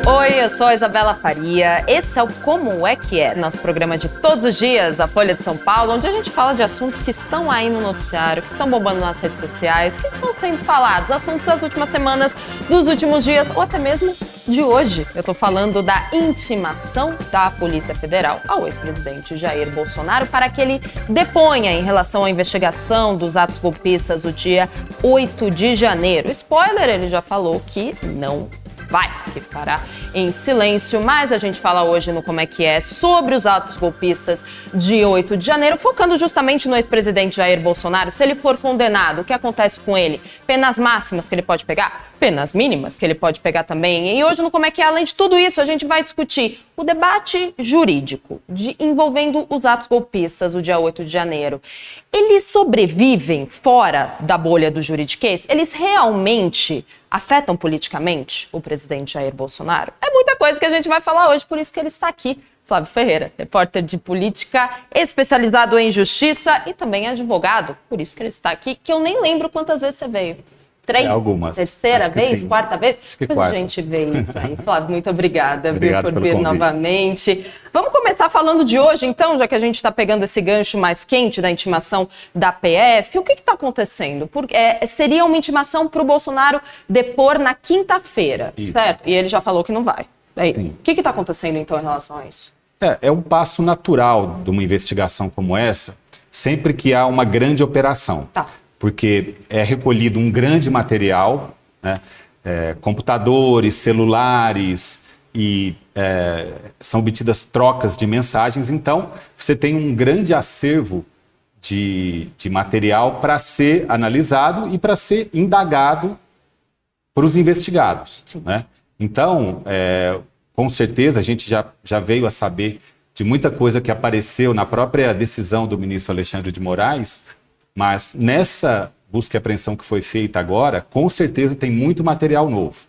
Oi, eu sou a Isabela Faria, esse é o Como é que é, nosso programa de todos os dias da Folha de São Paulo, onde a gente fala de assuntos que estão aí no noticiário, que estão bombando nas redes sociais, que estão sendo falados, assuntos das últimas semanas, dos últimos dias ou até mesmo de hoje. Eu tô falando da intimação da Polícia Federal ao ex-presidente Jair Bolsonaro para que ele deponha em relação à investigação dos atos golpistas do dia 8 de janeiro. Spoiler, ele já falou que não vai, que ficará em silêncio, mas a gente fala hoje no Como é que é sobre os atos golpistas de 8 de janeiro, focando justamente no ex-presidente Jair Bolsonaro. Se ele for condenado, o que acontece com ele? Penas máximas que ele pode pegar? Penas mínimas que ele pode pegar também? E hoje no Como é que é, além de tudo isso, a gente vai discutir o debate jurídico envolvendo os atos golpistas do dia 8 de janeiro. Eles sobrevivem fora da bolha do juridiquês? Eles realmente afetam politicamente o presidente Jair Bolsonaro? É muita coisa que a gente vai falar hoje, por isso que ele está aqui. Flávio Ferreira, repórter de política, especializado em justiça e também advogado. Por isso que ele está aqui, que eu nem lembro quantas vezes você veio. 3? Algumas. Terceira vez? Sim. Quarta vez? Depois a gente vê isso aí. Flávio, muito obrigada por vir convite. novamente. Vamos começar falando de hoje, então, já que a gente está pegando esse gancho mais quente da intimação da PF. O que está acontecendo? Seria uma intimação para o Bolsonaro depor na quinta-feira, certo? E ele já falou que não vai. O que está acontecendo, então, em relação a isso? É um passo natural de uma investigação como essa, sempre que há uma grande operação. Tá. Porque é recolhido um grande material, né? Computadores, celulares e são obtidas trocas de mensagens. Então, você tem um grande acervo de material para ser analisado e para ser indagado para os investigados. Né? Então, com certeza, a gente já veio a saber de muita coisa que apareceu na própria decisão do ministro Alexandre de Moraes, mas nessa busca e apreensão que foi feita agora, com certeza tem muito material novo.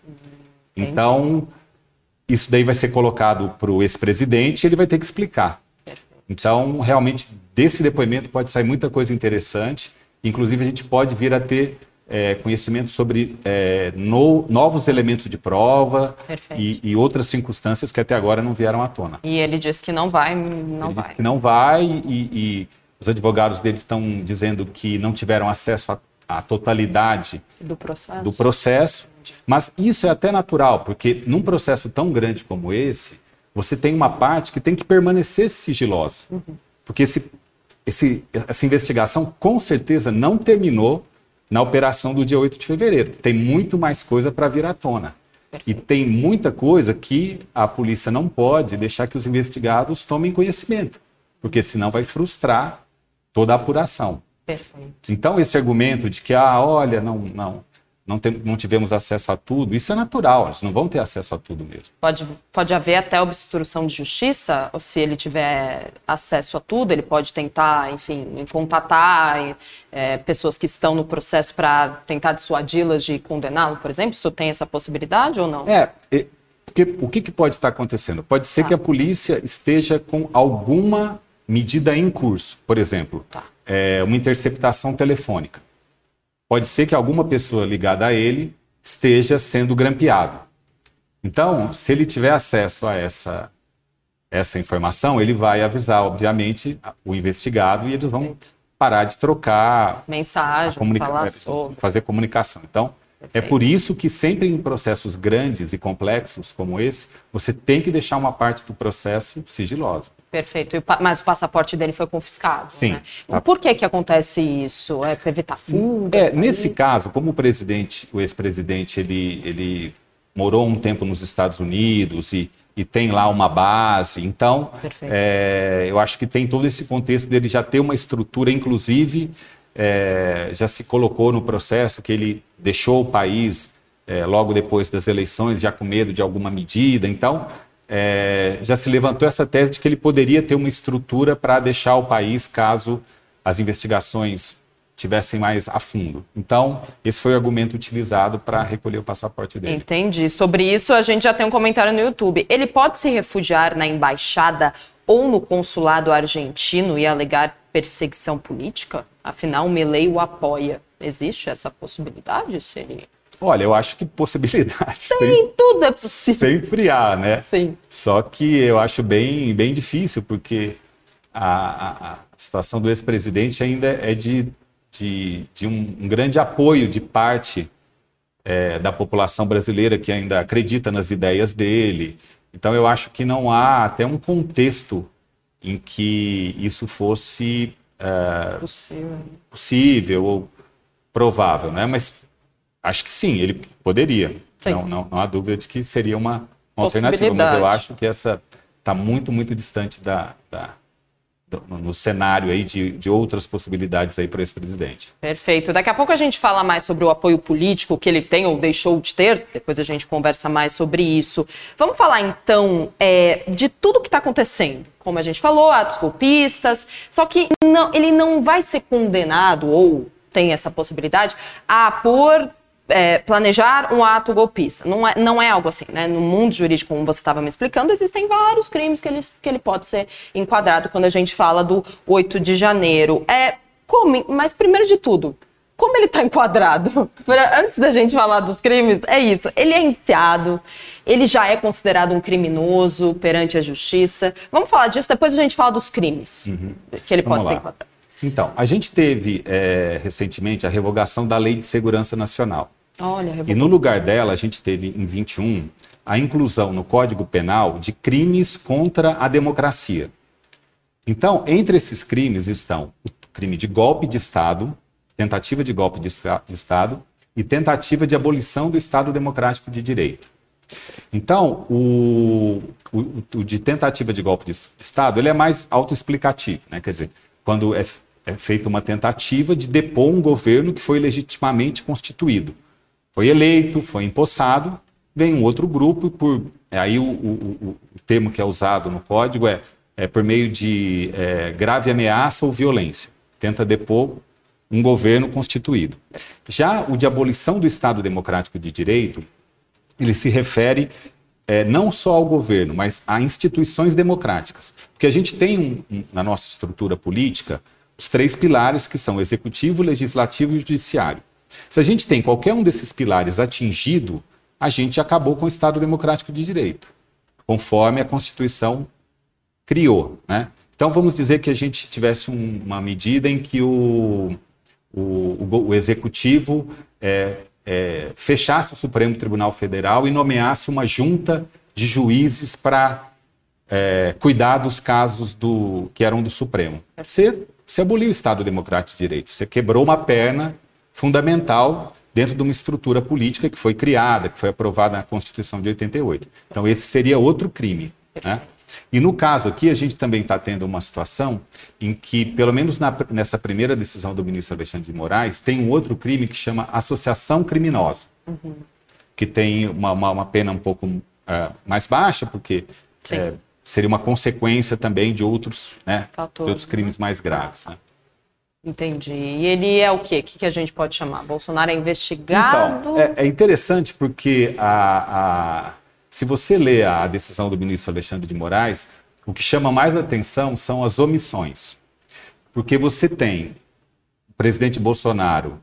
Então, isso daí vai ser colocado para o ex-presidente e ele vai ter que explicar. Então, realmente, desse depoimento pode sair muita coisa interessante. Inclusive, a gente pode vir a ter conhecimento sobre novos elementos de prova e outras circunstâncias que até agora não vieram à tona. E ele disse que não vai, disse que não vai e os advogados deles estão dizendo que não tiveram acesso à totalidade do processo. Mas isso é até natural, porque num processo tão grande como esse, você tem uma parte que tem que permanecer sigilosa. Porque essa investigação com certeza não terminou na operação do dia 8 de fevereiro. Tem muito mais coisa para vir à tona. E tem muita coisa que a polícia não pode deixar que os investigados tomem conhecimento, porque senão vai frustrar toda a apuração. Perfeito. Então, esse argumento de que, olha, não tivemos acesso a tudo, isso é natural, eles não vão ter acesso a tudo mesmo. Pode haver até obstrução de justiça, ou se ele tiver acesso a tudo, ele pode tentar, enfim, contatar pessoas que estão no processo para tentar dissuadi-las de condená-lo, por exemplo? Isso tem essa possibilidade ou não? Porque o que pode estar acontecendo? Pode ser que a polícia esteja com alguma medida em curso, por exemplo, uma interceptação telefônica. Pode ser que alguma pessoa ligada a ele esteja sendo grampeado. Então, se ele tiver acesso a essa informação, ele vai avisar, obviamente, o investigado e eles vão parar de trocar mensagens, fazer comunicação. Então, é por isso que sempre em processos grandes e complexos como esse, você tem que deixar uma parte do processo sigilosa. Perfeito. Mas o passaporte dele foi confiscado, Sim. Né? Então, por que acontece isso? É para evitar fuga? Nesse caso, como o ex-presidente, ele morou um tempo nos Estados Unidos e tem lá uma base, então eu acho que tem todo esse contexto dele já ter uma estrutura, inclusive já se colocou no processo que ele deixou o país logo depois das eleições, já com medo de alguma medida, então já se levantou essa tese de que ele poderia ter uma estrutura para deixar o país caso as investigações tivessem mais a fundo. Então, esse foi o argumento utilizado para recolher o passaporte dele. Entendi. Sobre isso, a gente já tem um comentário no YouTube. Ele pode se refugiar na embaixada ou no consulado argentino e alegar perseguição política? Afinal, Milei o apoia. Existe essa possibilidade? Se ele Olha, eu acho que possibilidades Tudo é possível. sempre há, né? Sim. Só que eu acho bem, bem difícil, porque a situação do ex-presidente ainda é de um grande apoio de parte da população brasileira que ainda acredita nas ideias dele. Então, eu acho que não há até um contexto em que isso fosse possível ou provável, né? Mas acho que sim, ele poderia. Não há dúvida de que seria uma alternativa, mas eu acho que essa está muito, muito distante no cenário aí de outras possibilidades aí para esse presidente. Perfeito. Daqui a pouco a gente fala mais sobre o apoio político que ele tem ou deixou de ter, depois a gente conversa mais sobre isso. Vamos falar então de tudo que está acontecendo. Como a gente falou, atos golpistas, só que ele não vai ser condenado, ou tem essa possibilidade, por planejar um ato golpista. Não é algo assim, né? No mundo jurídico, como você estava me explicando, existem vários crimes que ele pode ser enquadrado quando a gente fala do 8 de janeiro. Mas primeiro de tudo, como ele está enquadrado? Antes da gente falar dos crimes, é isso. Ele é indiciado, ele já é considerado um criminoso perante a justiça. Vamos falar disso, depois a gente fala dos crimes que ele pode ser enquadrado. Então, a gente teve recentemente a revogação da Lei de Segurança Nacional. E no lugar dela, a gente teve em 21 a inclusão no Código Penal de crimes contra a democracia. Então, entre esses crimes estão o crime de golpe de Estado, tentativa de golpe de Estado e tentativa de abolição do Estado Democrático de Direito. Então, o de tentativa de golpe de Estado, ele é mais autoexplicativo, né? Quer dizer, quando é feita uma tentativa de depor um governo que foi legitimamente constituído. Foi eleito, foi empossado, vem um outro grupo, aí o termo que é usado no código é por meio de grave ameaça ou violência. Tenta depor um governo constituído. Já o de abolição do Estado Democrático de Direito, ele se refere não só ao governo, mas a instituições democráticas. Porque a gente tem na nossa estrutura política os 3 pilares que são o executivo, o legislativo e o judiciário. Se a gente tem qualquer um desses pilares atingido, a gente acabou com o Estado Democrático de Direito, conforme a Constituição criou, né? Então vamos dizer que a gente tivesse uma medida em que o executivo fechasse o Supremo Tribunal Federal e nomeasse uma junta de juízes para cuidar dos casos que eram do Supremo. Você aboliu o Estado Democrático de Direito, você quebrou uma perna fundamental dentro de uma estrutura política que foi criada, que foi aprovada na Constituição de 88. Então esse seria outro crime, né? E no caso aqui, a gente também está tendo uma situação em que, pelo menos nessa primeira decisão do ministro Alexandre de Moraes, tem um outro crime que chama associação criminosa, que tem uma pena um pouco mais baixa, porque seria uma consequência também de outros, né, de outros crimes mais graves, né? Entendi. E ele é o quê? O que a gente pode chamar? Bolsonaro é investigado? Então, é interessante porque se você lê a decisão do ministro Alexandre de Moraes, o que chama mais atenção são as omissões. Porque você tem o presidente Bolsonaro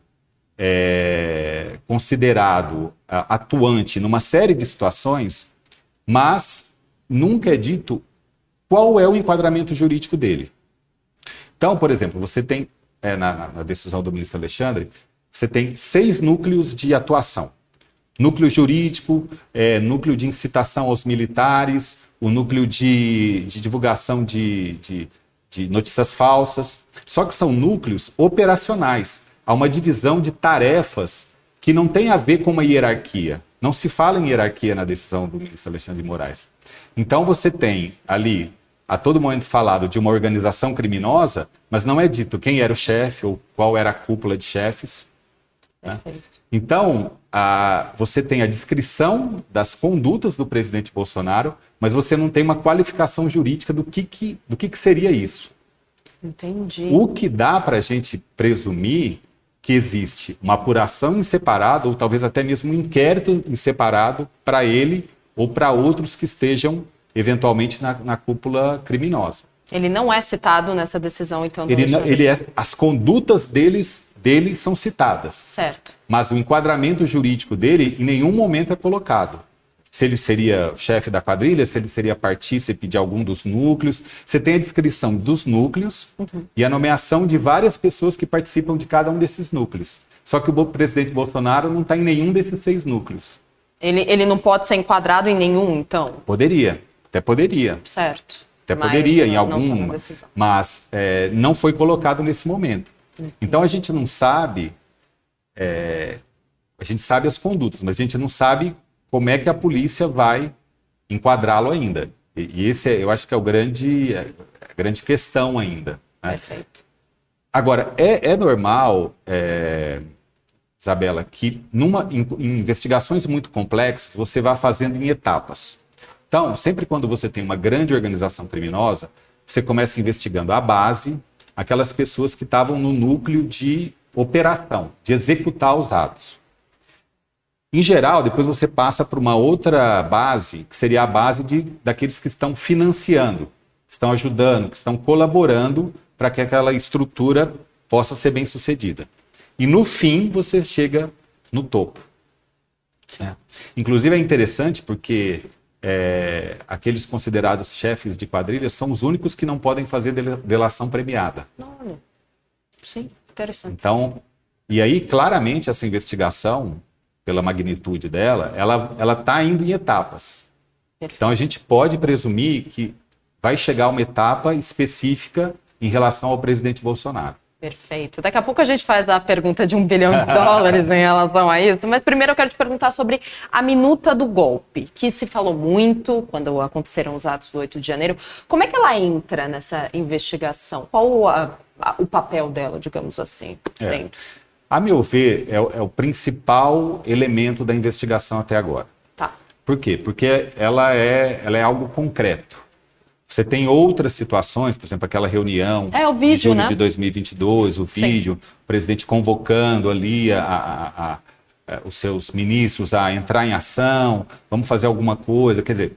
considerado atuante numa série de situações, mas nunca é dito qual é o enquadramento jurídico dele. Então, por exemplo, você tem, na decisão do ministro Alexandre, você tem 6 núcleos de atuação. Núcleo jurídico, núcleo de incitação aos militares, o núcleo de divulgação de notícias falsas. Só que são núcleos operacionais. Há uma divisão de tarefas que não tem a ver com uma hierarquia. Não se fala em hierarquia na decisão do ministro Alexandre de Moraes. Então você tem ali, a todo momento falado de uma organização criminosa, mas não é dito quem era o chefe ou qual era a cúpula de chefes. Né? Então, você tem a descrição das condutas do presidente Bolsonaro, mas você não tem uma qualificação jurídica do que seria isso. Entendi. O que dá para a gente presumir que existe uma apuração em separado, ou talvez até mesmo um inquérito em separado para ele ou para outros que estejam eventualmente na cúpula criminosa. Ele não é citado nessa decisão, então? As condutas deles dele são citadas. Certo. Mas o enquadramento jurídico dele em nenhum momento é colocado. Se ele seria chefe da quadrilha, se ele seria partícipe de algum dos núcleos. Você tem a descrição dos núcleos e a nomeação de várias pessoas que participam de cada um desses núcleos. Só que o presidente Bolsonaro não está em nenhum desses 6 núcleos. Ele não pode ser enquadrado em nenhum, então? Poderia, até poderia. Certo. Até poderia em não algum, mas não foi colocado nesse momento. Então a gente não sabe, a gente sabe as condutas, mas a gente não sabe como é que a polícia vai enquadrá-lo ainda. E esse eu acho que é a grande questão ainda. Né? Perfeito. Agora, é normal, Isabela, que em investigações muito complexas você vá fazendo em etapas. Então, sempre quando você tem uma grande organização criminosa, você começa investigando a base, aquelas pessoas que estavam no núcleo de operação, de executar os atos. Em geral, depois você passa para uma outra base, que seria a base daqueles que estão financiando, que estão ajudando, que estão colaborando para que aquela estrutura possa ser bem sucedida. E no fim, você chega no topo. Inclusive é interessante porque aqueles considerados chefes de quadrilha são os únicos que não podem fazer delação premiada. Olha, sim, interessante. Então, e aí claramente essa investigação, pela magnitude dela, ela está indo em etapas. Perfeito. Então a gente pode presumir que vai chegar uma etapa específica em relação ao presidente Bolsonaro. Perfeito. Daqui a pouco a gente faz a pergunta de $1 bilhão em relação a isso, mas primeiro eu quero te perguntar sobre a minuta do golpe, que se falou muito quando aconteceram os atos do 8 de janeiro. Como é que ela entra nessa investigação? Qual o papel dela, digamos assim, dentro? A meu ver, é o principal elemento da investigação até agora. Tá. Por quê? Porque ela é algo concreto. Você tem outras situações, por exemplo, aquela reunião o vídeo, de junho, né? de 2022, o vídeo, o presidente convocando ali os seus ministros a entrar em ação, vamos fazer alguma coisa. Quer dizer,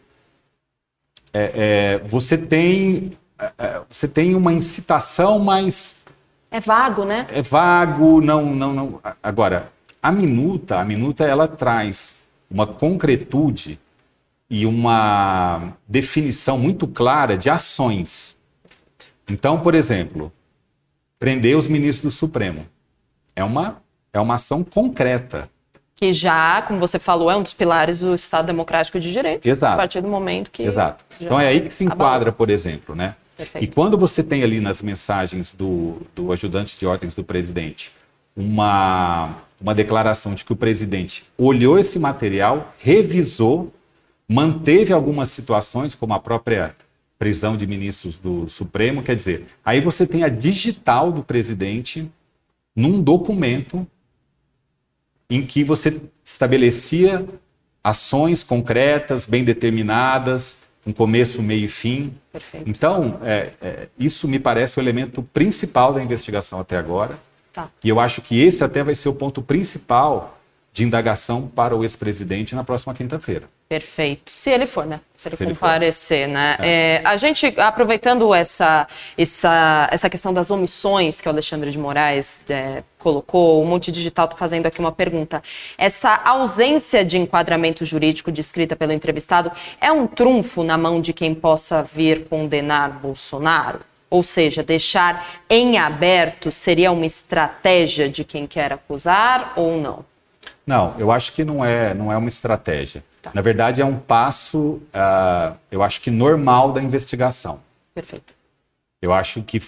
você tem uma incitação, mas... É vago, né? É vago, não. Agora, a minuta ela traz uma concretude e uma definição muito clara de ações. Então, por exemplo, prender os ministros do Supremo é uma ação concreta. Que já, como você falou, é um dos pilares do Estado Democrático de Direito. Exato. A partir do momento que... Exato. Então é aí que se enquadra, por exemplo, né? Perfeito. E quando você tem ali nas mensagens do ajudante de ordens do presidente uma declaração de que o presidente olhou esse material, revisou, manteve algumas situações, como a própria prisão de ministros do Supremo, quer dizer, aí você tem a digital do presidente num documento em que você estabelecia ações concretas, bem determinadas, um começo, meio e fim. Perfeito. Então, isso me parece o elemento principal da investigação até agora. Tá. E eu acho que esse até vai ser o ponto principal de indagação para o ex-presidente na próxima quinta-feira. Perfeito. Se ele for, né? Se ele Se ele comparecer, né? A gente, aproveitando essa questão das omissões que o Alexandre de Moraes colocou, o Multidigital está fazendo aqui uma pergunta. Essa ausência de enquadramento jurídico descrita pelo entrevistado é um trunfo na mão de quem possa vir condenar Bolsonaro? Ou seja, deixar em aberto seria uma estratégia de quem quer acusar ou não? Não, eu acho que não é uma estratégia. Tá. Na verdade, é um passo, eu acho que normal da investigação. Perfeito. Eu acho que...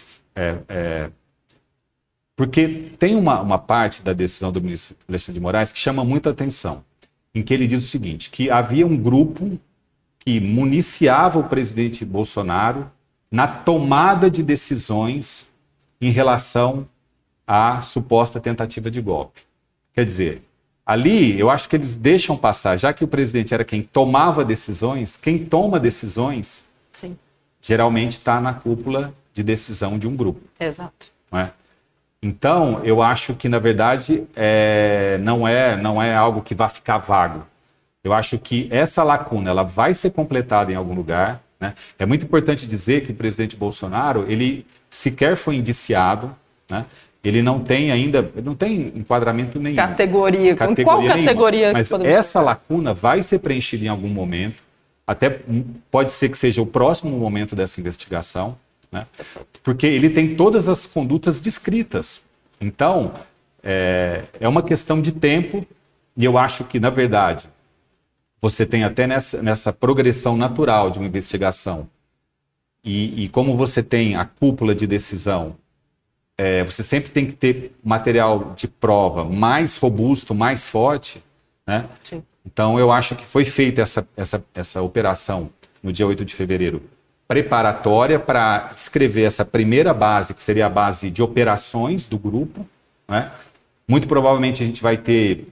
porque tem uma parte da decisão do ministro Alexandre de Moraes que chama muita atenção, em que ele diz o seguinte, que havia um grupo que municiava o presidente Bolsonaro na tomada de decisões em relação à suposta tentativa de golpe. Quer dizer, ali eu acho que eles deixam passar, já que o presidente era quem tomava decisões, quem toma decisões, Sim. geralmente está na cúpula de decisão de um grupo. Exato. Não é? Então, eu acho que, na verdade, não é algo que vai ficar vago. Eu acho que essa lacuna ela vai ser completada em algum lugar. Né? É muito importante dizer que o presidente Bolsonaro, ele sequer foi indiciado, né? ele não tem ainda, não tem enquadramento nenhum. Categoria. Qual categoria? Mas essa lacuna vai ser preenchida em algum momento, até pode ser que seja o próximo momento dessa investigação, né? Porque ele tem todas as condutas descritas. Então, é uma questão de tempo, e eu acho que, na verdade, você tem até nessa progressão natural de uma investigação, e como você tem a cúpula de decisão, você sempre tem que ter material de prova mais robusto, mais forte, né? Sim. Então, eu acho que foi feita essa operação no dia 8 de fevereiro, preparatória para escrever essa primeira base, que seria a base de operações do grupo, né? Muito provavelmente a gente vai ter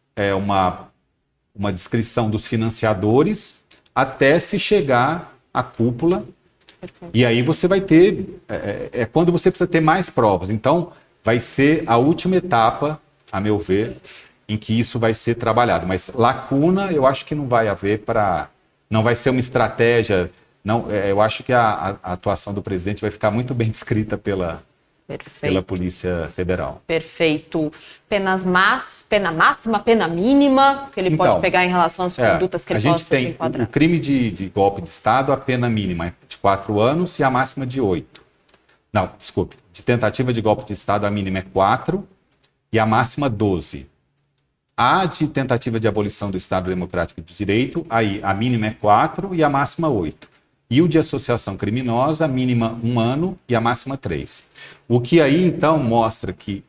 uma descrição dos financiadores até se chegar à cúpula. E aí você vai ter, quando você precisa ter mais provas. Então, vai ser a última etapa, a meu ver, em que isso vai ser trabalhado. Mas lacuna, eu acho que não vai haver não vai ser uma estratégia. Não, eu acho que a atuação do presidente vai ficar muito bem descrita pela Polícia Federal. Perfeito. Pena máxima, pena mínima, que ele pode pegar em relação às condutas que ele possa se enquadrar. O crime de golpe de Estado, a pena mínima é de 4 anos e a máxima de 8. Não, desculpe. De tentativa de golpe de Estado, a mínima é 4 e a máxima 12. A de tentativa de abolição do Estado Democrático de Direito, aí a mínima é 4 e a máxima 8. E o de associação criminosa, a mínima 1 ano e a máxima 3. O que aí, então, mostra que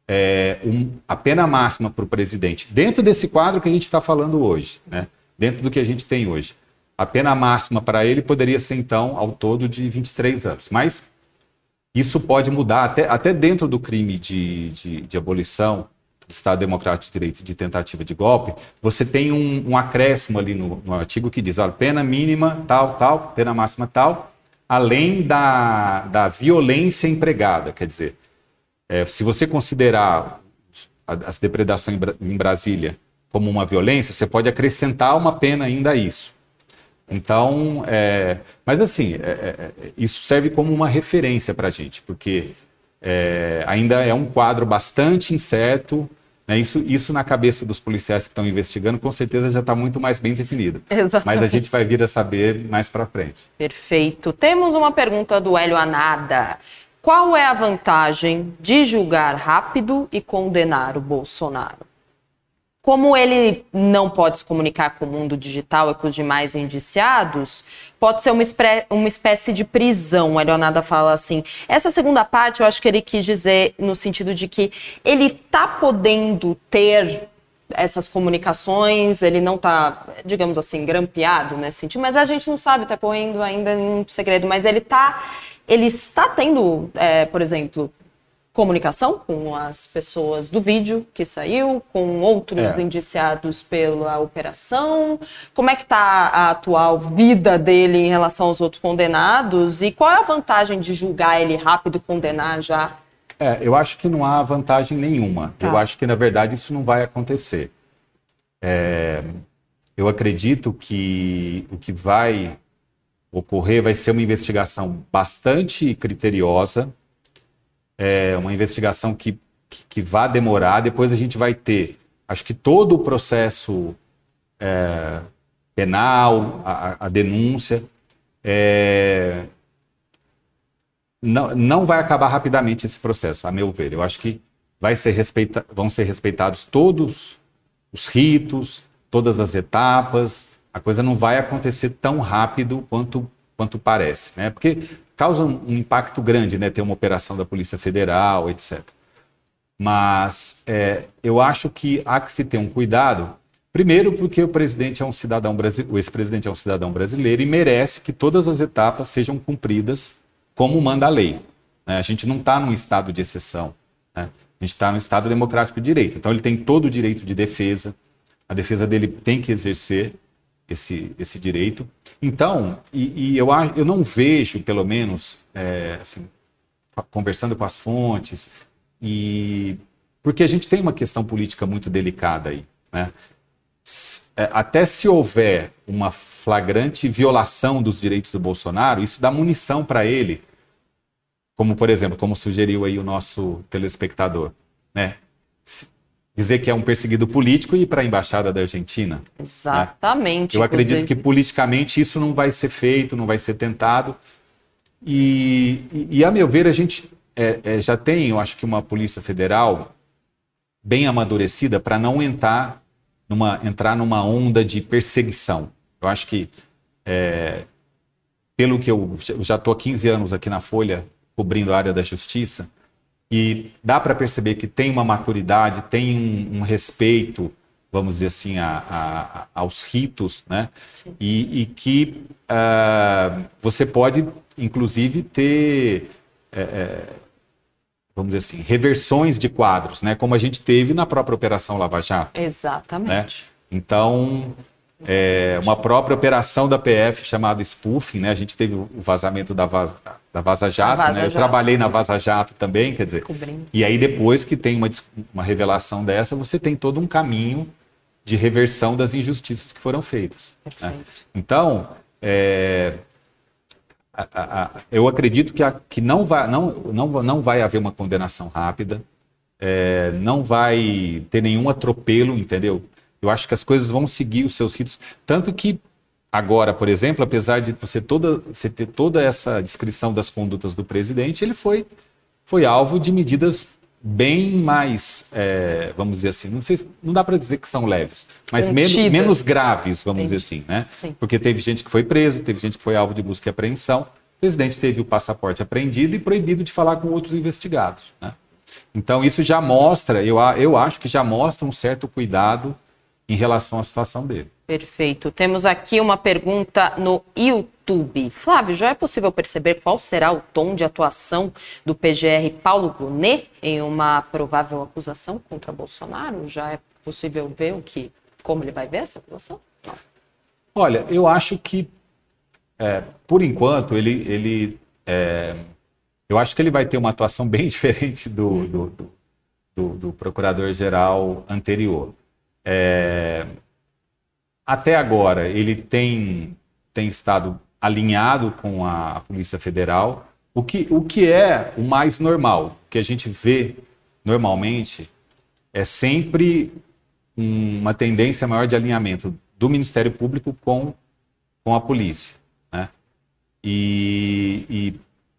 a pena máxima para o presidente, dentro desse quadro que a gente está falando hoje, né? Dentro do que a gente tem hoje, a pena máxima para ele poderia ser, então, ao todo de 23 anos. Mas isso pode mudar até dentro do crime de abolição do Estado Democrático de Direito de tentativa de golpe, você tem um acréscimo ali no artigo que diz, olha, pena mínima tal, pena máxima tal, além da violência empregada. Quer dizer, se você considerar as depredações em Brasília como uma violência, você pode acrescentar uma pena ainda a isso. Então, mas assim, isso serve como uma referência para a gente, porque ainda é um quadro bastante incerto, né? Isso na cabeça dos policiais que estão investigando, com certeza já está muito mais bem definido. Exatamente. Mas a gente vai vir a saber mais para frente. Perfeito. Temos uma pergunta do Hélio Anada. Qual é a vantagem de julgar rápido e condenar o Bolsonaro? Como ele não pode se comunicar com o mundo digital e com os demais indiciados, pode ser uma espécie de prisão. O Elionada fala assim. Essa segunda parte eu acho que ele quis dizer no sentido de que ele está podendo ter essas comunicações, ele não está, digamos assim, grampeado nesse sentido, mas a gente não sabe, está correndo ainda em segredo, mas ele está tendo, por exemplo, comunicação com as pessoas do vídeo que saiu, com outros indiciados pela operação. Como é que está a atual vida dele em relação aos outros condenados? E qual é a vantagem de julgar ele rápido e condenar já? Eu acho que não há vantagem nenhuma. Tá. Eu acho que, na verdade, isso não vai acontecer. Eu acredito que o que vai ocorrer vai ser uma investigação bastante criteriosa, uma investigação que vai demorar. Depois a gente vai ter, acho que todo o processo penal, a denúncia, não vai acabar rapidamente esse processo, a meu ver. Eu acho que vão ser respeitados todos os ritos, todas as etapas. A coisa não vai acontecer tão rápido quanto parece, né? Porque causa um impacto grande, né? Ter uma operação da Polícia Federal, etc. Mas eu acho que há que se ter um cuidado, primeiro porque o ex-presidente é um cidadão brasileiro e merece que todas as etapas sejam cumpridas como manda a lei, né? A gente não está num estado de exceção, né? A gente está num estado democrático de direito. Então ele tem todo o direito de defesa, a defesa dele tem que exercer esse direito. Então, eu não vejo, pelo menos, assim, conversando com as fontes, porque a gente tem uma questão política muito delicada aí, né? Até se houver uma flagrante violação dos direitos do Bolsonaro, isso dá munição para ele como por exemplo, como sugeriu aí o nosso telespectador, né? Dizer que é um perseguido político e ir para a embaixada da Argentina. Exatamente. Né? Eu acredito que politicamente isso não vai ser feito, não vai ser tentado. E a meu ver, a gente já tem, eu acho que uma Polícia Federal bem amadurecida para não entrar numa onda de perseguição. Eu acho que, pelo que eu já estou há 15 anos aqui na Folha, cobrindo a área da justiça, e dá para perceber que tem uma maturidade, tem um respeito, vamos dizer assim, aos ritos, né? E que você pode, inclusive, ter, vamos dizer assim, reversões de quadros, né? Como a gente teve na própria Operação Lava Jato. Exatamente. Né? Então, uma própria operação da PF chamada spoofing, né? A gente teve o vazamento da Vaza Jato, né? Eu trabalhei na Vaza Jato também, quer dizer. E aí depois que tem uma revelação dessa, você tem todo um caminho de reversão das injustiças que foram feitas. Né? Então, eu acredito que não vai haver uma condenação rápida, não vai ter nenhum atropelo, entendeu? Eu acho que as coisas vão seguir os seus ritos. Tanto que agora, por exemplo, apesar de você ter toda essa descrição das condutas do presidente, ele foi alvo de medidas bem mais, vamos dizer assim, não dá para dizer que são leves, mas menos graves, vamos dizer assim, né? Sim. Porque teve gente que foi presa, teve gente que foi alvo de busca e apreensão, o presidente teve o passaporte apreendido e proibido de falar com outros investigados, né? Então isso já mostra, eu acho que já mostra um certo cuidado em relação à situação dele. Perfeito. Temos aqui uma pergunta no YouTube. Flávio, já é possível perceber qual será o tom de atuação do PGR Paulo Gonet em uma provável acusação contra Bolsonaro? Já é possível ver como ele vai ver essa acusação? Não. Olha, eu acho que, por enquanto, eu acho que ele vai ter uma atuação bem diferente do procurador-geral anterior. Até agora, ele tem estado alinhado com a Polícia Federal, o que é o mais normal, o que a gente vê normalmente é sempre uma tendência maior de alinhamento do Ministério Público com a polícia, né? E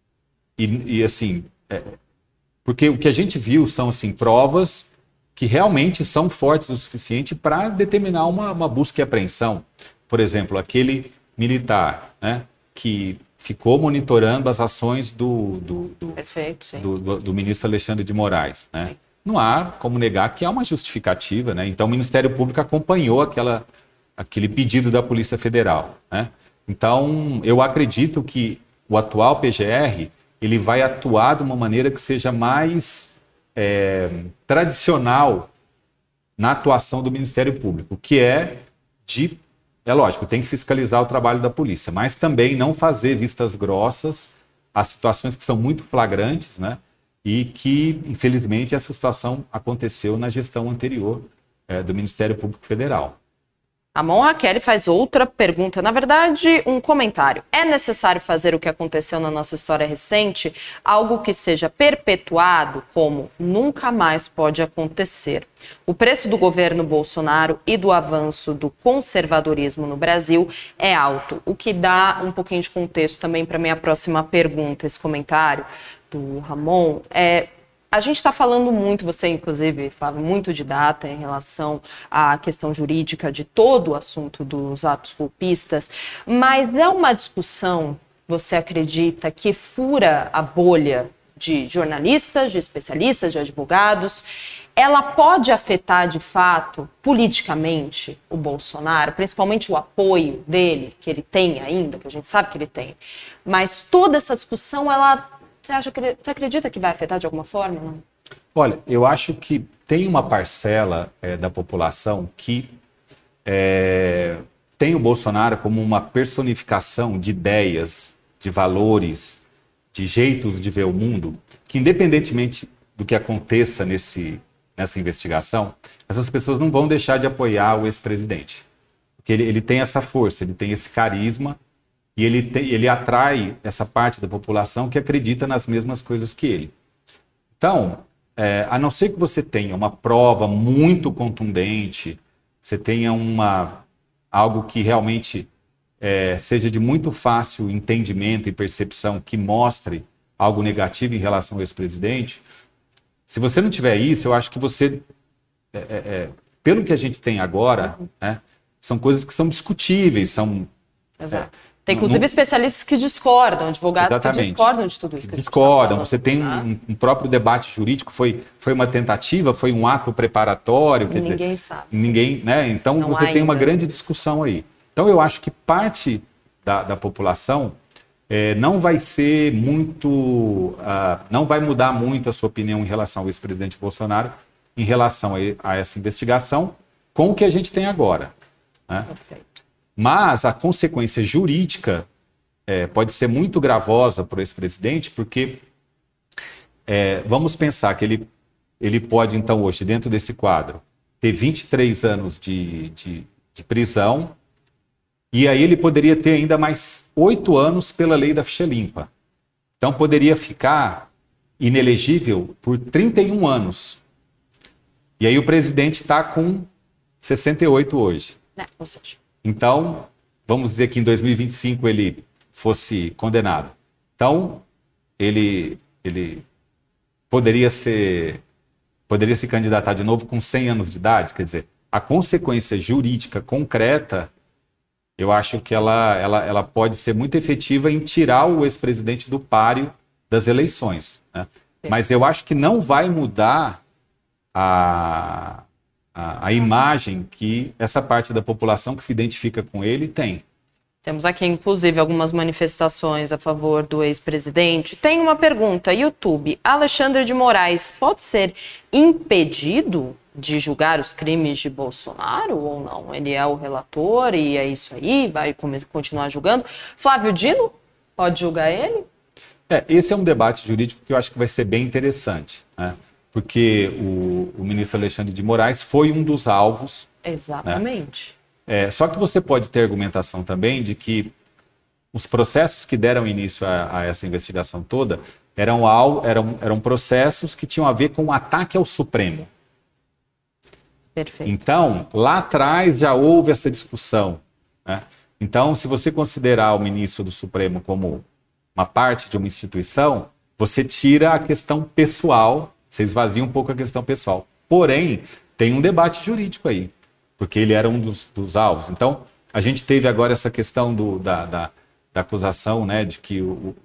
assim, porque o que a gente viu são assim, provas que realmente são fortes o suficiente para determinar uma busca e apreensão. Por exemplo, aquele militar, né, que ficou monitorando as ações do ministro Alexandre de Moraes. Né? Não há como negar que há uma justificativa. Né? Então, o Ministério Público acompanhou aquele pedido da Polícia Federal. Né? Então, eu acredito que o atual PGR ele vai atuar de uma maneira que seja mais tradicional na atuação do Ministério Público, que é lógico, tem que fiscalizar o trabalho da polícia, mas também não fazer vistas grossas a situações que são muito flagrantes, né? E que, infelizmente, essa situação aconteceu na gestão anterior do Ministério Público Federal. A Mon Raquel faz outra pergunta, na verdade, um comentário. É necessário fazer o que aconteceu na nossa história recente, algo que seja perpetuado como nunca mais pode acontecer. O preço do governo Bolsonaro e do avanço do conservadorismo no Brasil é alto, o que dá um pouquinho de contexto também para a minha próxima pergunta. Esse comentário do Ramon a gente está falando muito, você inclusive, Flávio, muito de data em relação à questão jurídica de todo o assunto dos atos golpistas, mas é uma discussão, você acredita, que fura a bolha de jornalistas, de especialistas, de advogados? Ela pode afetar, de fato, politicamente o Bolsonaro, principalmente o apoio dele, que ele tem ainda, que a gente sabe que ele tem, mas toda essa discussão, você acredita que vai afetar de alguma forma? Não? Olha, eu acho que tem uma parcela da população que tem o Bolsonaro como uma personificação de ideias, de valores, de jeitos de ver o mundo, que independentemente do que aconteça nessa investigação, essas pessoas não vão deixar de apoiar o ex-presidente. Porque ele tem essa força, ele tem esse carisma, e ele atrai essa parte da população que acredita nas mesmas coisas que ele. Então, a não ser que você tenha uma prova muito contundente, você tenha algo que realmente seja de muito fácil entendimento e percepção que mostre algo negativo em relação ao ex-presidente, se você não tiver isso, eu acho que você, pelo que a gente tem agora, né, são coisas que são discutíveis, são... Exato. Tem, inclusive, especialistas que discordam, advogados que discordam de tudo isso. Que discordam. Você tem um próprio debate jurídico, foi uma tentativa, foi um ato preparatório. Quer dizer, ninguém sabe. Ninguém, né? Então, não você tem uma grande discussão aí. Então, eu acho que parte da população não vai ser muito... não vai mudar muito a sua opinião em relação ao ex-presidente Bolsonaro, em relação a essa investigação, com o que a gente tem agora. Né? Perfeito. Mas a consequência jurídica pode ser muito gravosa para o ex-presidente, porque vamos pensar que ele pode, então, hoje, dentro desse quadro, ter 23 anos de prisão, e aí ele poderia ter ainda mais 8 anos pela lei da ficha limpa. Então, poderia ficar inelegível por 31 anos. E aí o presidente está com 68 hoje. Ou seja... Então, vamos dizer que em 2025 ele fosse condenado. Então, ele poderia se candidatar de novo com 100 anos de idade. Quer dizer, a consequência jurídica concreta, eu acho que ela pode ser muito efetiva em tirar o ex-presidente do páreo das eleições. Né? Mas eu acho que não vai mudar a imagem que essa parte da população que se identifica com ele tem. Temos aqui, inclusive, algumas manifestações a favor do ex-presidente. Tem uma pergunta, YouTube. Alexandre de Moraes pode ser impedido de julgar os crimes de Bolsonaro ou não? Ele é o relator e é isso aí, vai continuar julgando. Flávio Dino pode julgar ele? Esse é um debate jurídico que eu acho que vai ser bem interessante, né? Porque o ministro Alexandre de Moraes foi um dos alvos. Exatamente. Né? Só que você pode ter argumentação também de que os processos que deram início a essa investigação toda eram processos que tinham a ver com o ataque ao Supremo. Perfeito. Então, lá atrás já houve essa discussão. Né? Então, se você considerar o ministro do Supremo como uma parte de uma instituição, você tira a questão pessoal. Você esvazia um pouco a questão pessoal. Porém, tem um debate jurídico aí, porque ele era um dos alvos. Então, a gente teve agora essa questão da acusação, né, de que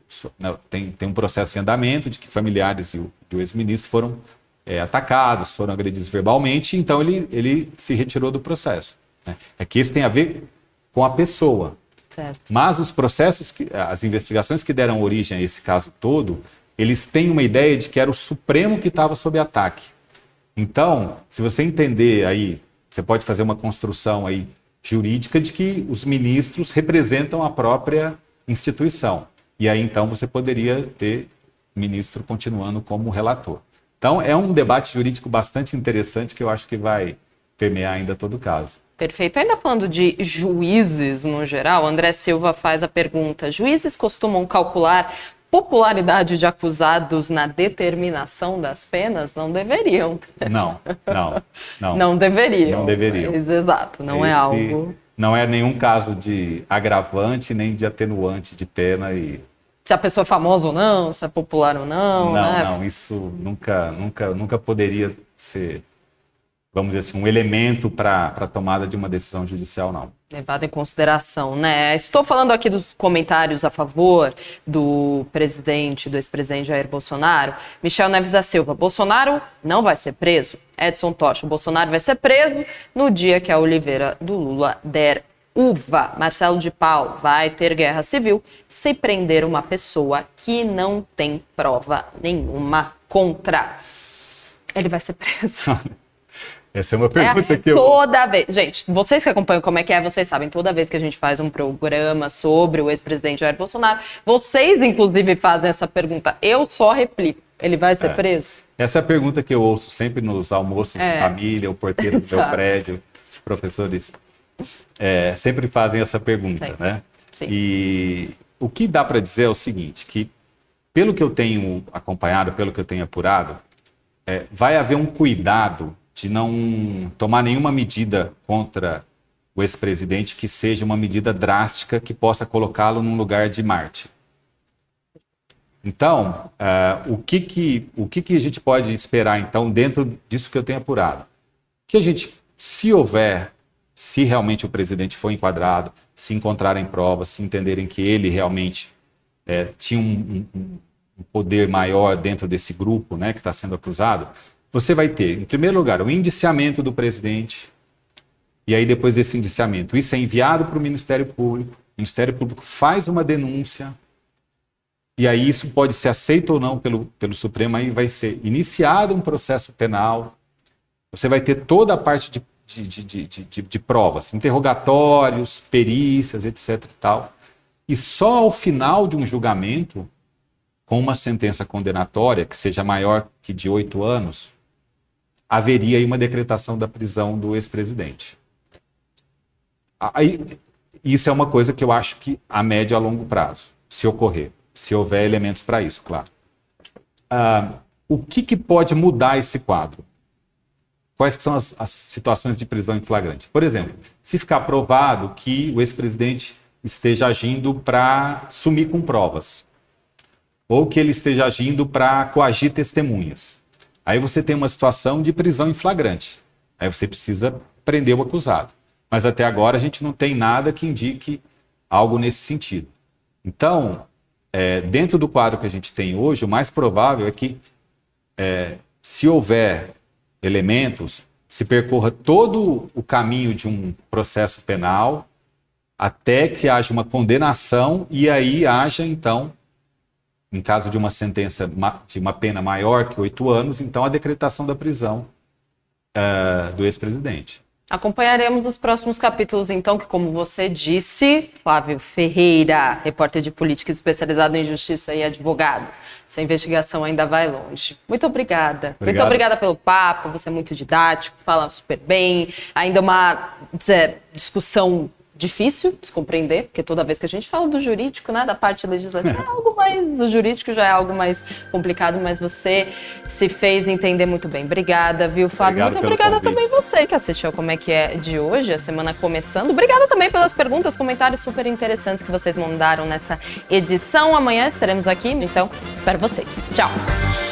tem um processo em andamento, de que familiares do ex-ministro foram atacados, foram agredidos verbalmente, então ele se retirou do processo. Né? É que isso tem a ver com a pessoa. Certo. Mas os processos, as investigações que deram origem a esse caso todo, eles têm uma ideia de que era o Supremo que estava sob ataque. Então, se você entender aí, você pode fazer uma construção aí jurídica de que os ministros representam a própria instituição. E aí, então, você poderia ter ministro continuando como relator. Então, é um debate jurídico bastante interessante que eu acho que vai permear ainda todo o caso. Perfeito. Ainda falando de juízes no geral, André Silva faz a pergunta: juízes costumam calcular popularidade de acusados na determinação das penas? Não deveriam. Não. Não deveriam. Não deveriam. Mas, exato, não é algo... Não é nenhum caso de agravante, nem de atenuante de pena. Se a pessoa é famosa ou não, se é popular ou não. Não, isso nunca poderia ser, vamos dizer assim, um elemento para a tomada de uma decisão judicial, não. Levado em consideração, né? Estou falando aqui dos comentários a favor do ex-presidente Jair Bolsonaro. Michel Neves da Silva: Bolsonaro não vai ser preso. Edson Tocha: Bolsonaro vai ser preso no dia que a oliveira do Lula der uva. Marcelo de Paulo: vai ter guerra civil se prender uma pessoa que não tem prova nenhuma contra. Ele vai ser preso. Essa é uma pergunta que eu... Toda vez... Gente, vocês que acompanham como é que é, vocês sabem, toda vez que a gente faz um programa sobre o ex-presidente Jair Bolsonaro, vocês, inclusive, fazem essa pergunta. Eu só replico. Ele vai ser preso? Essa é a pergunta que eu ouço sempre nos almoços de família, o porteiro do meu prédio, os professores sempre fazem essa pergunta, né? Sim. E o que dá para dizer é o seguinte, que pelo que eu tenho acompanhado, pelo que eu tenho apurado, vai haver um cuidado de não tomar nenhuma medida contra o ex-presidente que seja uma medida drástica que possa colocá-lo num lugar de Marte. Então, o que a gente pode esperar, então, dentro disso que eu tenho apurado? Que a gente, se realmente o presidente foi enquadrado, se encontrarem provas, se entenderem que ele realmente tinha um poder maior dentro desse grupo, né, que está sendo acusado, você vai ter, em primeiro lugar, o indiciamento do presidente, e aí depois desse indiciamento, isso é enviado para o Ministério Público, o Ministério Público faz uma denúncia, e aí isso pode ser aceito ou não pelo Supremo, aí vai ser iniciado um processo penal, você vai ter toda a parte de provas, interrogatórios, perícias, etc. e tal, e só ao final de um julgamento, com uma sentença condenatória que seja maior que de 8 anos, haveria aí uma decretação da prisão do ex-presidente. Aí, isso é uma coisa que eu acho que a médio e a longo prazo, se ocorrer, se houver elementos para isso, claro. O que pode mudar esse quadro? Quais que são as situações de prisão em flagrante? Por exemplo, se ficar provado que o ex-presidente esteja agindo para sumir com provas, ou que ele esteja agindo para coagir testemunhas, aí você tem uma situação de prisão em flagrante. Aí você precisa prender o acusado. Mas até agora a gente não tem nada que indique algo nesse sentido. Então, dentro do quadro que a gente tem hoje, o mais provável é que, se houver elementos, se percorra todo o caminho de um processo penal até que haja uma condenação e aí haja, então, em caso de uma sentença de uma pena maior que 8 anos, então a decretação da prisão do ex-presidente. Acompanharemos os próximos capítulos, então, que, como você disse, Flávio Ferreira, repórter de política especializado em justiça e advogado, essa investigação ainda vai longe. Muito obrigada. Muito obrigada pelo papo, você é muito didático, fala super bem, ainda uma discussão difícil de se compreender, porque toda vez que a gente fala do jurídico, né, da parte legislativa, é algo mais, o jurídico já é algo mais complicado, mas você se fez entender muito bem. Obrigada, viu, Flávio? Muito obrigada também você que assistiu Como é que é de hoje, a semana começando. Obrigada também pelas perguntas, comentários super interessantes que vocês mandaram nessa edição. Amanhã estaremos aqui, então espero vocês. Tchau!